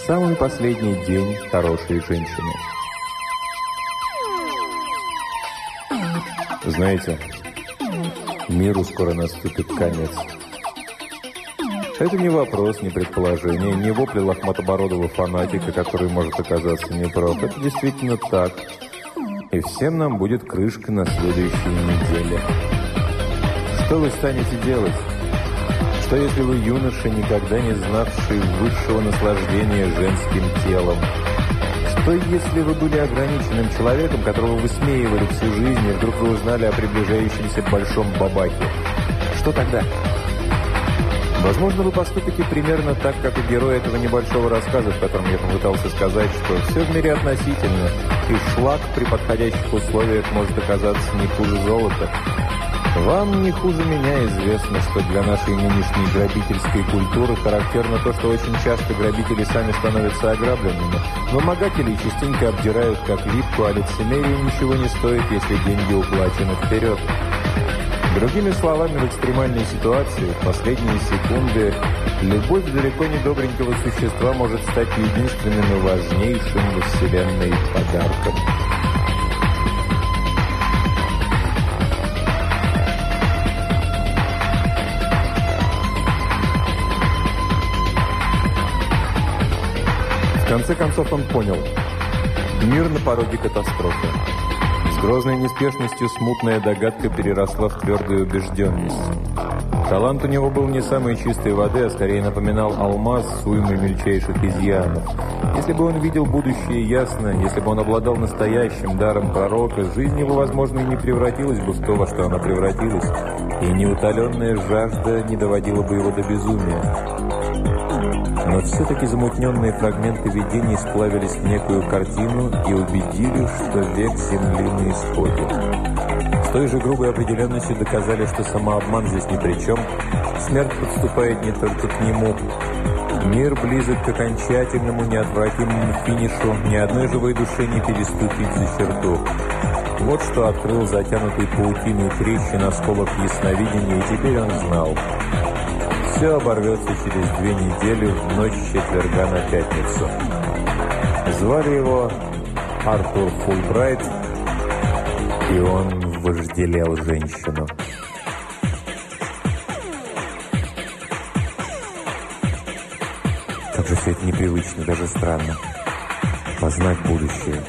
Самый последний день хорошей женщины. Знаете, миру скоро наступит конец. Это не вопрос, не предположение, не вопли лохматобородого фанатика, который может оказаться неправ. Это действительно так. И всем нам будет крышка на следующей неделе. Что вы станете делать? Что если вы юноша, никогда не знавший высшего наслаждения женским телом? Что если вы были ограниченным человеком, которого высмеивали всю жизнь, и вдруг вы узнали о приближающемся большом бабахе? Что тогда? Возможно, вы поступите примерно так, как и герой этого небольшого рассказа, в котором я попытался сказать, что все в мире относительно, и шлак при подходящих условиях может оказаться не хуже золота. Вам не хуже меня известно, что для нашей нынешней грабительской культуры характерно то, что очень часто грабители сами становятся ограбленными. Вымогатели частенько обдирают как липку, а лицемерие ничего не стоит, если деньги уплачены вперед. Другими словами, в экстремальной ситуации, в последние секунды, любовь далеко не добренького существа может стать единственным и важнейшим во Вселенной подарком. В конце концов он понял. Мир на пороге катастрофы. С грозной неспешностью смутная догадка переросла в твердую убежденность. Талант у него был не самой чистой воды, а скорее напоминал алмаз с уймой мельчайших изъянов. Если бы он видел будущее ясно, если бы он обладал настоящим даром пророка, жизнь его, возможно, и не превратилась бы в то, во что она превратилась, и неутоленная жажда не доводила бы его до безумия. Но все-таки замутненные фрагменты видений сплавились в некую картину и убедили, что век Земли на исходе. С той же грубой определенностью доказали, что самообман здесь ни при чем. Смерть подступает не только к нему. Мир близок к окончательному, неотвратимому финишу. Ни одной живой душе не переступить за черту. Вот что открыл затянутый паутиной трещин осколок ясновидения, и теперь он знал. Все оборвется через 2 недели в ночь четверга на пятницу. Звали его Артур Фулбрайт, и он вожделел женщину. Как же все это непривычно, даже странно. Познать будущее.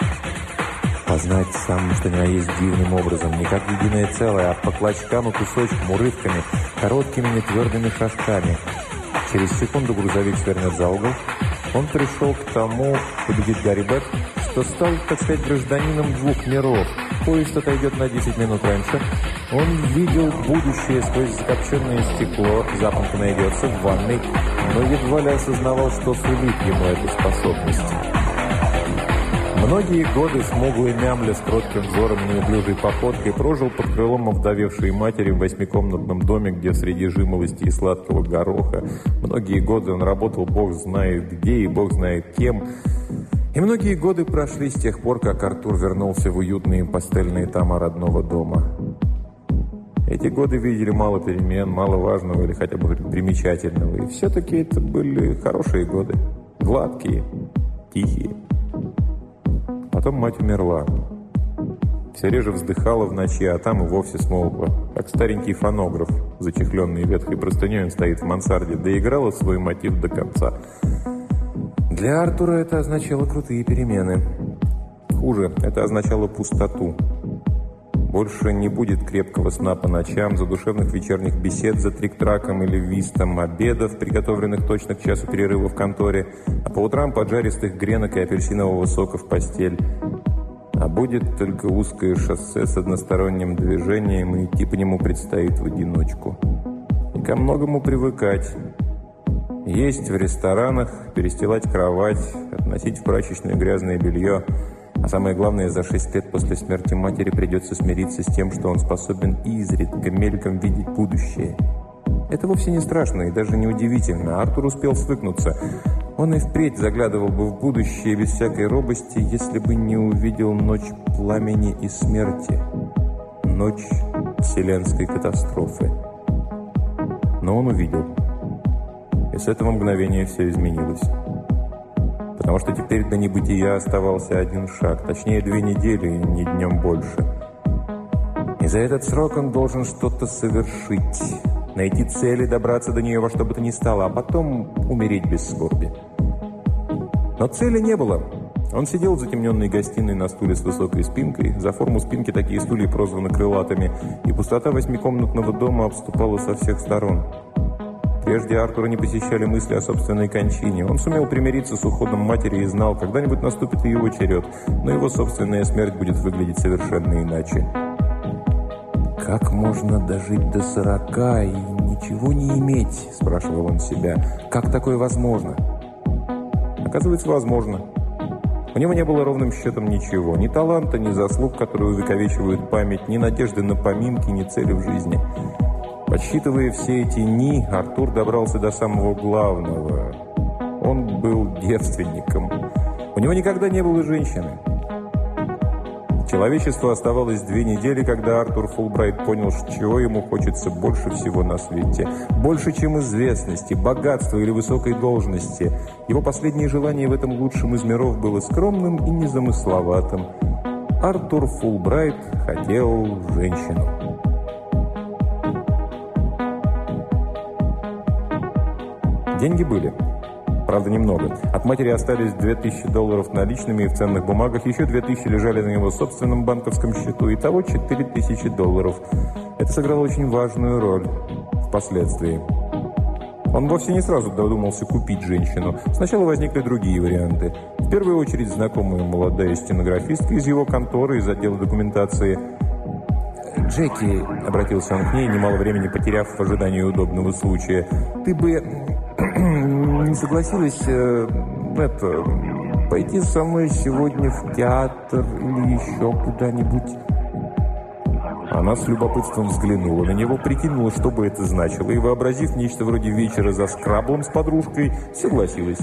Познать самым, что ни на есть, дивным образом, не как единое целое, а по клочкам и кусочкам, урывками, короткими нетвердыми шажками. Через секунду грузовик свернет за угол. Он пришел к тому, победит Гарри Бек, что стал, так сказать, гражданином 2 миров. Поезд отойдет на 10 минут раньше. Он видел будущее сквозь закопченное стекло, запонка найдется в ванной, но едва ли осознавал, что сулит ему эта способность. Многие годы смуглый мямля с кротким взором и неуклюжей походкой прожил под крылом овдовевшей матери в 8-комнатном доме, где среди жимолости и сладкого гороха. Многие годы он работал бог знает где и бог знает кем. И многие годы прошли с тех пор, как Артур вернулся в уютные пастельные тома родного дома. Эти годы видели мало перемен, мало важного или хотя бы примечательного. И все-таки это были хорошие годы. Гладкие, тихие. Потом мать умерла. Все реже вздыхала в ночи, а там и вовсе смолкла. Как старенький фонограф, зачехленный ветхой простыней, он стоит в мансарде, доиграла свой мотив до конца. Для Артура это означало крутые перемены. Хуже, это означало пустоту. Больше не будет крепкого сна по ночам, задушевных вечерних бесед за трик-траком или вистом, обедов, приготовленных точно к часу перерыва в конторе, а по утрам поджаристых гренок и апельсинового сока в постель. А будет только узкое шоссе с односторонним движением, и идти по нему предстоит в одиночку. И ко многому привыкать. Есть в ресторанах, перестилать кровать, относить в прачечную грязное белье. А самое главное, за 6 лет после смерти матери придется смириться с тем, что он способен изредка, мельком видеть будущее. Это вовсе не страшно и даже не удивительно. Артур успел свыкнуться. Он и впредь заглядывал бы в будущее без всякой робости, если бы не увидел ночь пламени и смерти. Ночь вселенской катастрофы. Но он увидел. И с этого мгновения все изменилось. потому что теперь до небытия оставался один шаг, точнее 2 недели, ни днем больше. И за этот срок он должен что-то совершить, найти цель и добраться до нее во что бы то ни стало, а потом умереть без скорби. Но цели не было. Он сидел в затемненной гостиной на стуле с высокой спинкой. За форму спинки такие стулья прозваны крылатыми, и пустота 8-комнатного дома обступала со всех сторон. Прежде Артура не посещали мысли о собственной кончине. Он сумел примириться с уходом матери и знал, когда-нибудь наступит и его черед, но его собственная смерть будет выглядеть совершенно иначе. «Как можно дожить до 40 и ничего не иметь?» – спрашивал он себя. «Как такое возможно?» Оказывается, возможно. У него не было ровным счетом ничего. Ни таланта, ни заслуг, которые увековечивают память, ни надежды на поминки, ни цели в жизни. Подсчитывая все эти «ни», Артур добрался до самого главного. Он был девственником. У него никогда не было женщины. Человечеству оставалось 2 недели, когда Артур Фулбрайт понял, чего ему хочется больше всего на свете. Больше, чем известности, богатства или высокой должности. Его последнее желание в этом лучшем из миров было скромным и незамысловатым. Артур Фулбрайт хотел женщину. Деньги были. Правда, немного. От матери остались $2000 наличными и в ценных бумагах, еще 2000 лежали на его собственном банковском счету, итого $4000. Это сыграло очень важную роль впоследствии. Он вовсе не сразу додумался купить женщину. Сначала возникли другие варианты. В первую очередь знакомая молодая стенографистка из его конторы, из отдела документации. «Джеки», — обратился он к ней, немало времени потеряв в ожидании удобного случая, «ты бы не согласилась пойти со мной сегодня в театр или еще куда-нибудь?» Она с любопытством взглянула на него, прикинула, что бы это значило, и, вообразив нечто вроде вечера за скраблом с подружкой, согласилась.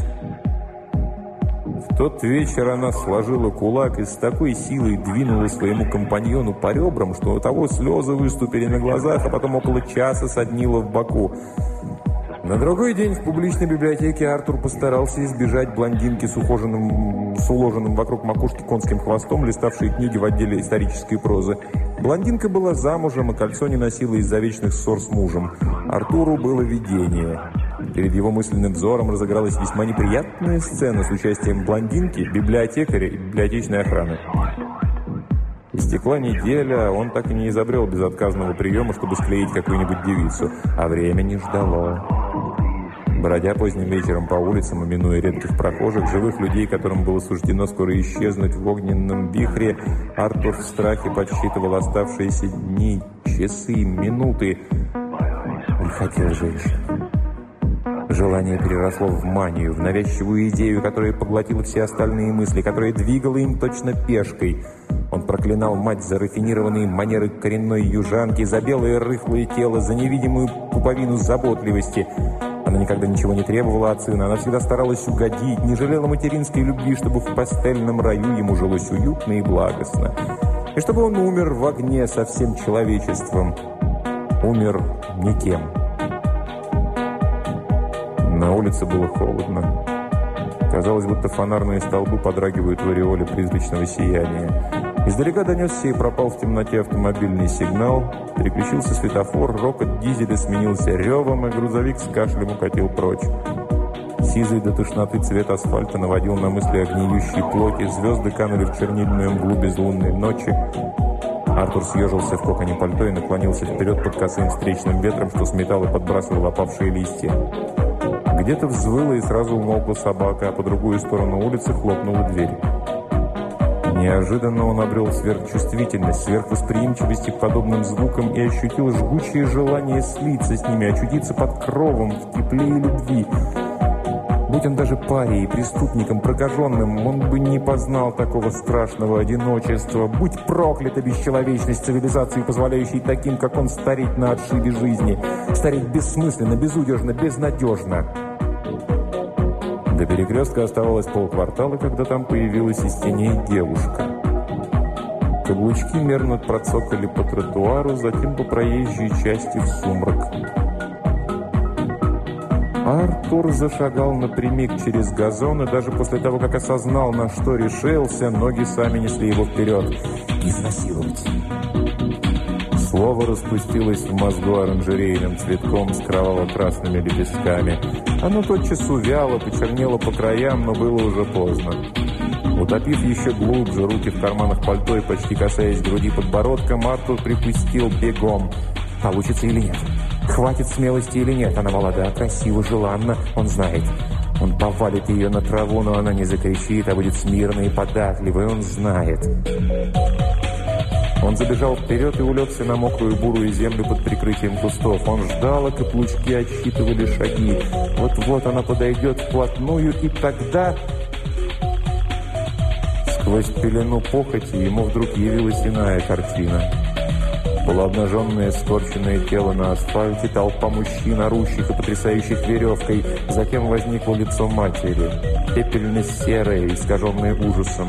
В тот вечер она сложила кулак и с такой силой двинула своему компаньону по ребрам, что у того слезы выступили на глазах, а потом около часа соднило в боку. На другой день в публичной библиотеке Артур постарался избежать блондинки с уложенным вокруг макушки конским хвостом, листавшей книги в отделе исторической прозы. Блондинка была замужем, и кольцо не носила из-за вечных ссор с мужем. Артуру было видение. Перед его мысленным взором разыгралась весьма неприятная сцена с участием блондинки, библиотекаря и библиотечной охраны. Истекла неделя, он так и не изобрел безотказного приема, чтобы склеить какую-нибудь девицу, а время не ждало. Бродя поздним вечером по улицам, минуя редких прохожих, живых людей, которым было суждено скоро исчезнуть в огненном вихре, Артур в страхе подсчитывал оставшиеся дни, часы, минуты. Он хотел женщину. Желание переросло в манию, в навязчивую идею, которая поглотила все остальные мысли, которая двигала им точно пешкой. Он проклинал мать за рафинированные манеры коренной южанки, за белое рыхлое тело, за невидимую пуповину заботливости. Она никогда ничего не требовала от сына, она всегда старалась угодить, не жалела материнской любви, чтобы в пастельном раю ему жилось уютно и благостно. И чтобы он умер в огне со всем человечеством. Умер никем. На улице было холодно. Казалось, будто фонарные столбы подрагивают в ореоле призрачного сияния. Издалека донесся и пропал в темноте автомобильный сигнал. Переключился светофор, рокот дизеля сменился ревом, и грузовик с кашлем укатил прочь. Сизый до тошноты цвет асфальта наводил на мысли о гниющей плоти, звезды канули в чернильную мглу безлунной ночи. Артур съежился в коконе пальто и наклонился вперед под косым встречным ветром, что сметал и подбрасывал опавшие листья. Где-то взвыла и сразу умолкла собака, а по другую сторону улицы хлопнула дверь. Неожиданно он обрел сверхчувствительность, сверхвосприимчивость к подобным звукам и ощутил жгучее желание слиться с ними, очутиться под кровом, в тепле и любви. Будь он даже парией, преступником, прокаженным, он бы не познал такого страшного одиночества. Будь проклята бесчеловечность цивилизации, позволяющей таким, как он, стареть на отшибе жизни. Стареть бессмысленно, безудержно, безнадежно. До перекрестка оставалось полквартала, когда там появилась из теней девушка. Каблучки мерно процокали по тротуару, затем по проезжей части в сумрак. Артур зашагал напрямик через газон, и даже после того, как осознал, на что решился, ноги сами несли его вперед. «Изнасиловать!» Слово распустилось в мозгу оранжерейным цветком с кроваво-красными лепестками. Оно тотчас увяло, почернело по краям, но было уже поздно. Утопив еще глубже руки в карманах пальто и почти касаясь груди подбородком, Артур припустил бегом. Получится или нет? Хватит смелости или нет? Она молода, красива, желанна, он знает. Он повалит ее на траву, но она не закричит, а будет смирной и податливой, он знает. Он забежал вперед и улегся на мокрую бурую землю под прикрытием кустов. Он ждал, а каблучки отсчитывали шаги. Вот-вот она подойдет вплотную, и тогда... Сквозь пелену похоти ему вдруг явилась иная картина. Полуобнаженное скорченное тело на асфальте, толпа мужчин, орущих и потрясающих веревкой. Затем возникло лицо матери, пепельно-серое, искаженное ужасом.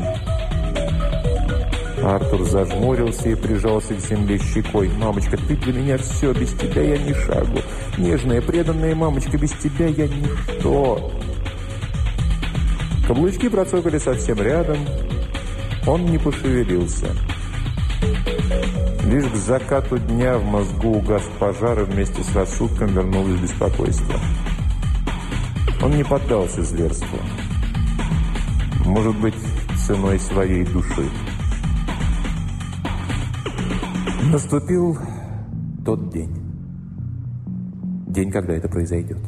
Артур зажмурился и прижался к земле щекой. «Мамочка, ты для меня все, без тебя я ни шагу. Нежная, преданная мамочка, без тебя я никто». Каблучки процокали совсем рядом. Он не пошевелился. Лишь к закату дня в мозгу угас пожар, и вместе с рассудком вернулось беспокойство. Он не поддался зверству. Может быть, ценой своей души. Наступил тот день. День, когда это произойдет.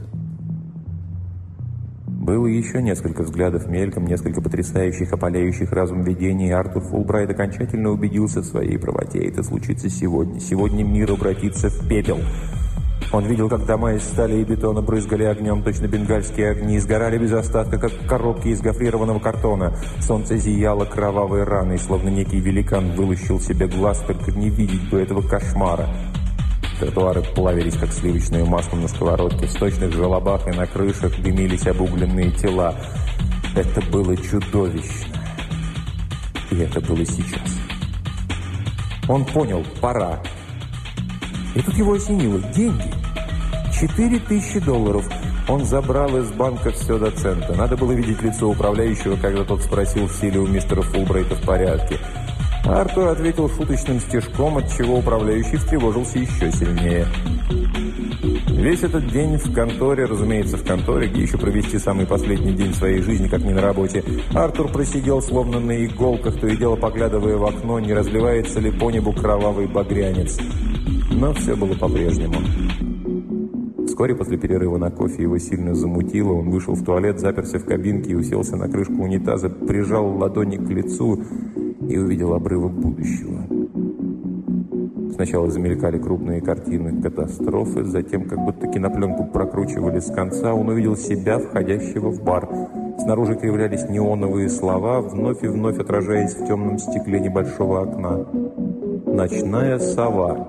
Было еще несколько взглядов мельком, несколько потрясающих, опаляющих разум видений, и Артур Фулбрайт окончательно убедился в своей правоте. Это случится сегодня. Сегодня мир обратится в пепел. Он видел, как дома из стали и бетона брызгали огнем, точно бенгальские огни, сгорали без остатка, как коробки из гофрированного картона. Солнце зияло кровавой раной, словно некий великан вылущил себе глаз, только не видеть бы этого кошмара. Тротуары плавились, как сливочное масло на сковородке. В сточных желобах и на крышах дымились обугленные тела. Это было чудовищно. И это было сейчас. Он понял, пора. И тут его осенило. Деньги. $4000. Он забрал из банка все до цента. Надо было видеть лицо управляющего, когда тот спросил, все ли у мистера Фулбрайта в порядке. Артур ответил шуточным стишком, отчего управляющий встревожился еще сильнее. Весь этот день в конторе, разумеется, в конторе, где еще провести самый последний день своей жизни, как не на работе, Артур просидел словно на иголках, то и дело поглядывая в окно, не разливается ли по небу кровавый багрянец. Но все было по-прежнему. Вскоре после перерыва на кофе его сильно замутило. Он вышел в туалет, заперся в кабинке и уселся на крышку унитаза, прижал ладони к лицу и увидел обрывок будущего. Сначала замелькали крупные картины катастрофы, затем, как будто кинопленку прокручивали с конца, он увидел себя, входящего в бар. Снаружи кривлялись неоновые слова, вновь и вновь отражаясь в темном стекле небольшого окна. «Ночная сова».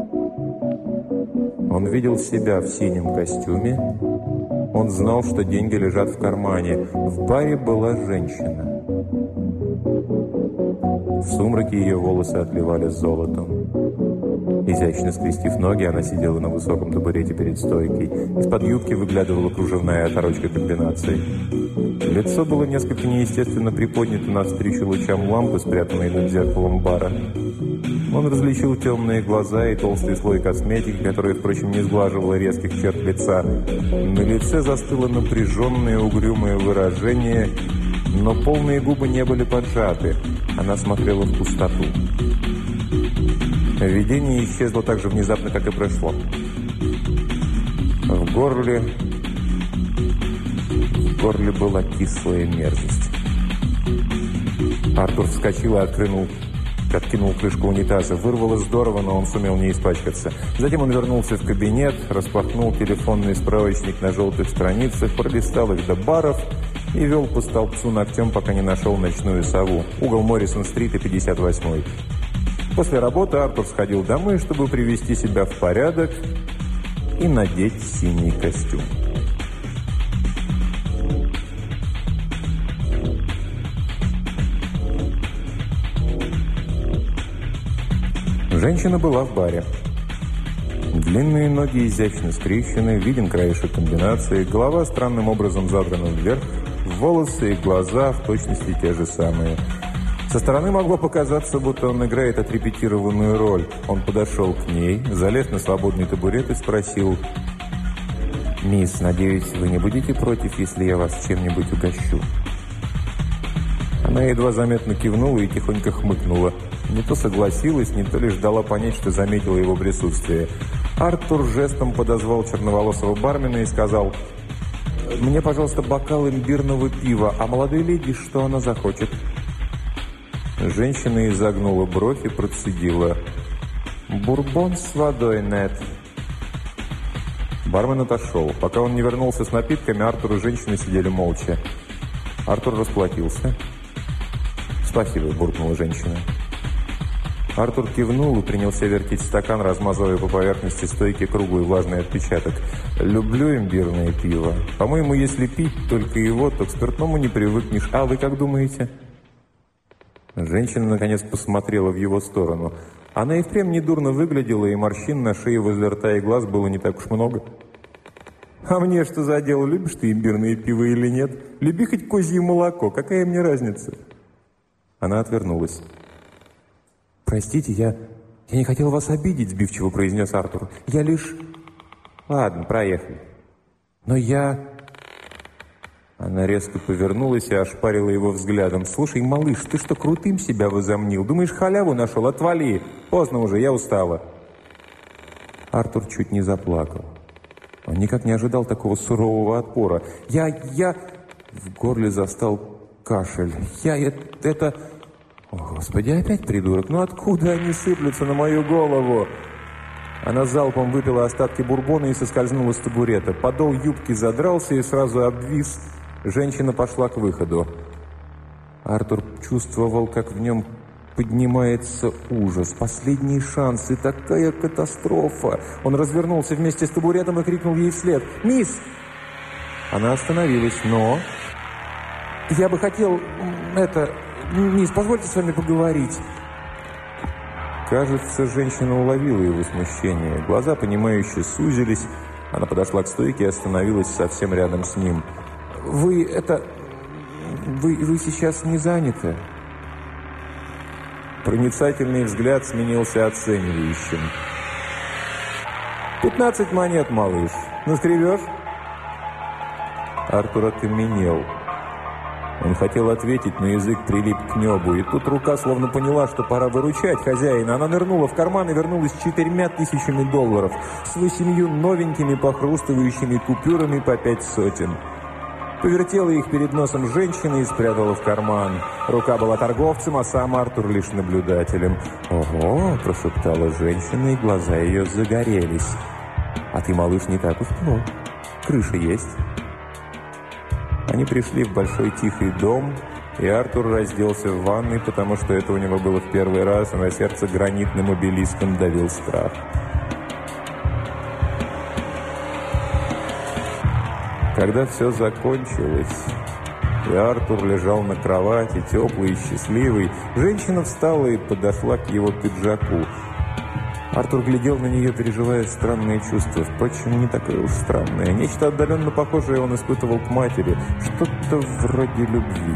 Он видел себя в синем костюме. Он знал, что деньги лежат в кармане. В баре была женщина. В сумраке ее волосы отливали золотом. Изящно скрестив ноги, она сидела на высоком табурете перед стойкой. Из-под юбки выглядывала кружевная оторочка комбинации. Лицо было несколько неестественно приподнято навстречу лучам лампы, спрятанной над зеркалом бара. Он различил темные глаза и толстый слой косметики, которая, впрочем, не сглаживала резких черт лица. На лице застыло напряженное, угрюмое выражение, но полные губы не были поджаты. Она смотрела в пустоту. Видение исчезло так же внезапно, как и прошло. В горле была кислая мерзость. Артур вскочил и откинул крышку унитаза. Вырвало здорово, но он сумел не испачкаться. Затем он вернулся в кабинет, распахнул телефонный справочник на желтых страницах, пролистал их до баров и вел по столбцу ногтем, пока не нашел ночную сову. Угол Моррисон-стрит и 58-й. После работы Артур сходил домой, чтобы привести себя в порядок и надеть синий костюм. Женщина была в баре. Длинные ноги изящно скрещены, виден краешек комбинации, голова странным образом задрана вверх, волосы и глаза в точности те же самые. Со стороны могло показаться, будто он играет отрепетированную роль. Он подошел к ней, залез на свободный табурет и спросил: «Мисс, надеюсь, вы не будете против, если я вас чем-нибудь угощу?» Она едва заметно кивнула и тихонько хмыкнула. Не то согласилась, не то лишь дала понять, что заметила его присутствие. Артур жестом подозвал черноволосого бармена и сказал: «Мне, пожалуйста, бокал имбирного пива, а молодой леди, что она захочет?» Женщина изогнула бровь и процедила: «Бурбон с водой, Нед». Бармен отошел. Пока он не вернулся с напитками, Артур и женщина сидели молча. Артур расплатился. «Спасибо», – буркнула женщина. Артур кивнул и принялся вертеть стакан, размазывая по поверхности стойки круглый влажный отпечаток. «Люблю имбирное пиво. По-моему, если пить только его, то к спиртному не привыкнешь. А вы как думаете?» Женщина, наконец, посмотрела в его сторону. Она и впрямь недурно выглядела, и морщин на шее возле рта и глаз было не так уж много. «А мне что за дело, любишь ты имбирное пиво или нет? Люби хоть козье молоко, какая мне разница?» Она отвернулась. «Простите, я не хотел вас обидеть», – сбивчиво произнес Артур. «Я лишь...» «Ладно, проехали». «Но я...» Она резко повернулась и ошпарила его взглядом. «Слушай, малыш, ты что, крутым себя возомнил? Думаешь, халяву нашел? Отвали! Поздно уже, я устала». Артур чуть не заплакал. Он никак не ожидал такого сурового отпора. «Я...» В горле застал кашель. «Это...» «О, Господи, опять придурок! Ну откуда они сыплются на мою голову?» Она залпом выпила остатки бурбона и соскользнула с табурета. Подол юбки задрался и сразу обвис. Женщина пошла к выходу. Артур чувствовал, как в нем поднимается ужас. Последний шанс и такая катастрофа. Он развернулся вместе с табуретом и крикнул ей вслед: «Мисс!» Она остановилась. «Но...» «Я бы хотел... Мисс, позвольте с вами поговорить». Кажется, женщина уловила его смущение. Глаза, понимающе сузились. Она подошла к стойке и остановилась совсем рядом с ним. «Вы сейчас не заняты?» Проницательный взгляд сменился оценивающим. 15 монет, малыш. Наскребешь?» Артур окаменел. Он хотел ответить, но язык прилип к небу. И тут рука словно поняла, что пора выручать хозяина. Она нырнула в карман и вернулась с $4000, с 8 новенькими похрустывающими купюрами по 5 сотен. Повертела их перед носом женщины и спрятала в карман. Рука была торговцем, а сам Артур лишь наблюдателем. «Ого!» – прошептала женщина, и глаза ее загорелись. «А ты, малыш, не так уж плох. Крыша есть». Они пришли в большой тихий дом, и Артур разделся в ванной, потому что это у него было в первый раз, а на сердце гранитным обелиском давил страх. Когда все закончилось, и Артур лежал на кровати, теплый и счастливый, женщина встала и подошла к его пиджаку. Артур глядел на нее, переживая странные чувства. Впрочем, не такое уж странное. Нечто отдаленно похожее он испытывал к матери. Что-то вроде любви.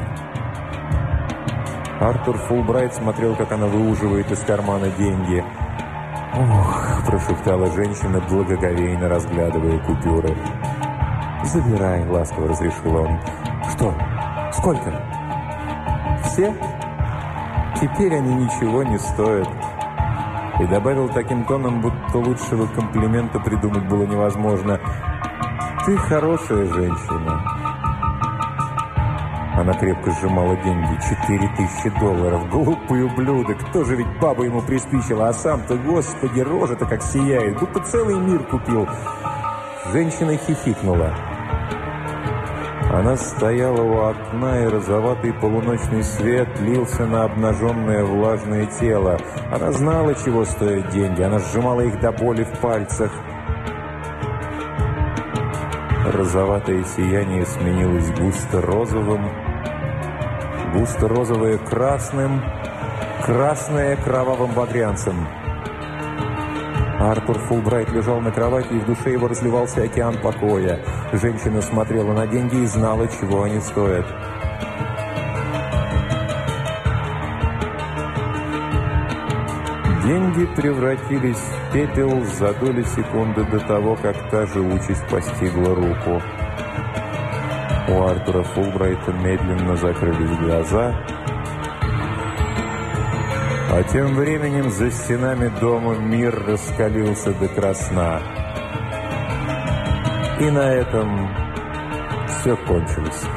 Артур Фулбрайт смотрел, как она выуживает из кармана деньги. «Ох», – прошептала женщина, благоговейно разглядывая купюры. «Забирай», – ласково разрешил он. «Что? Сколько?» «Все? Теперь они ничего не стоят». И добавил таким тоном, будто лучшего комплимента придумать было невозможно: «Ты хорошая женщина». Она крепко сжимала деньги. $4000. Глупый ублюдок. Тоже ведь баба ему приспичила. А сам-то, господи, рожа-то как сияет. Будто целый мир купил. Женщина хихикнула. Она стояла у окна, и розоватый полуночный свет лился на обнаженное влажное тело. Она знала, чего стоят деньги. Она сжимала их до боли в пальцах. Розоватое сияние сменилось густо-розовым, густо-розовое красным, красное кровавым багрянцем. Артур Фулбрайт лежал на кровати, и в душе его разливался океан покоя. Женщина смотрела на деньги и знала, чего они стоят. Деньги превратились в пепел за доли секунды до того, как та же участь постигла руку. У Артура Фулбрайта медленно закрылись глаза, а тем временем за стенами дома мир раскалился до красна. И на этом все кончилось.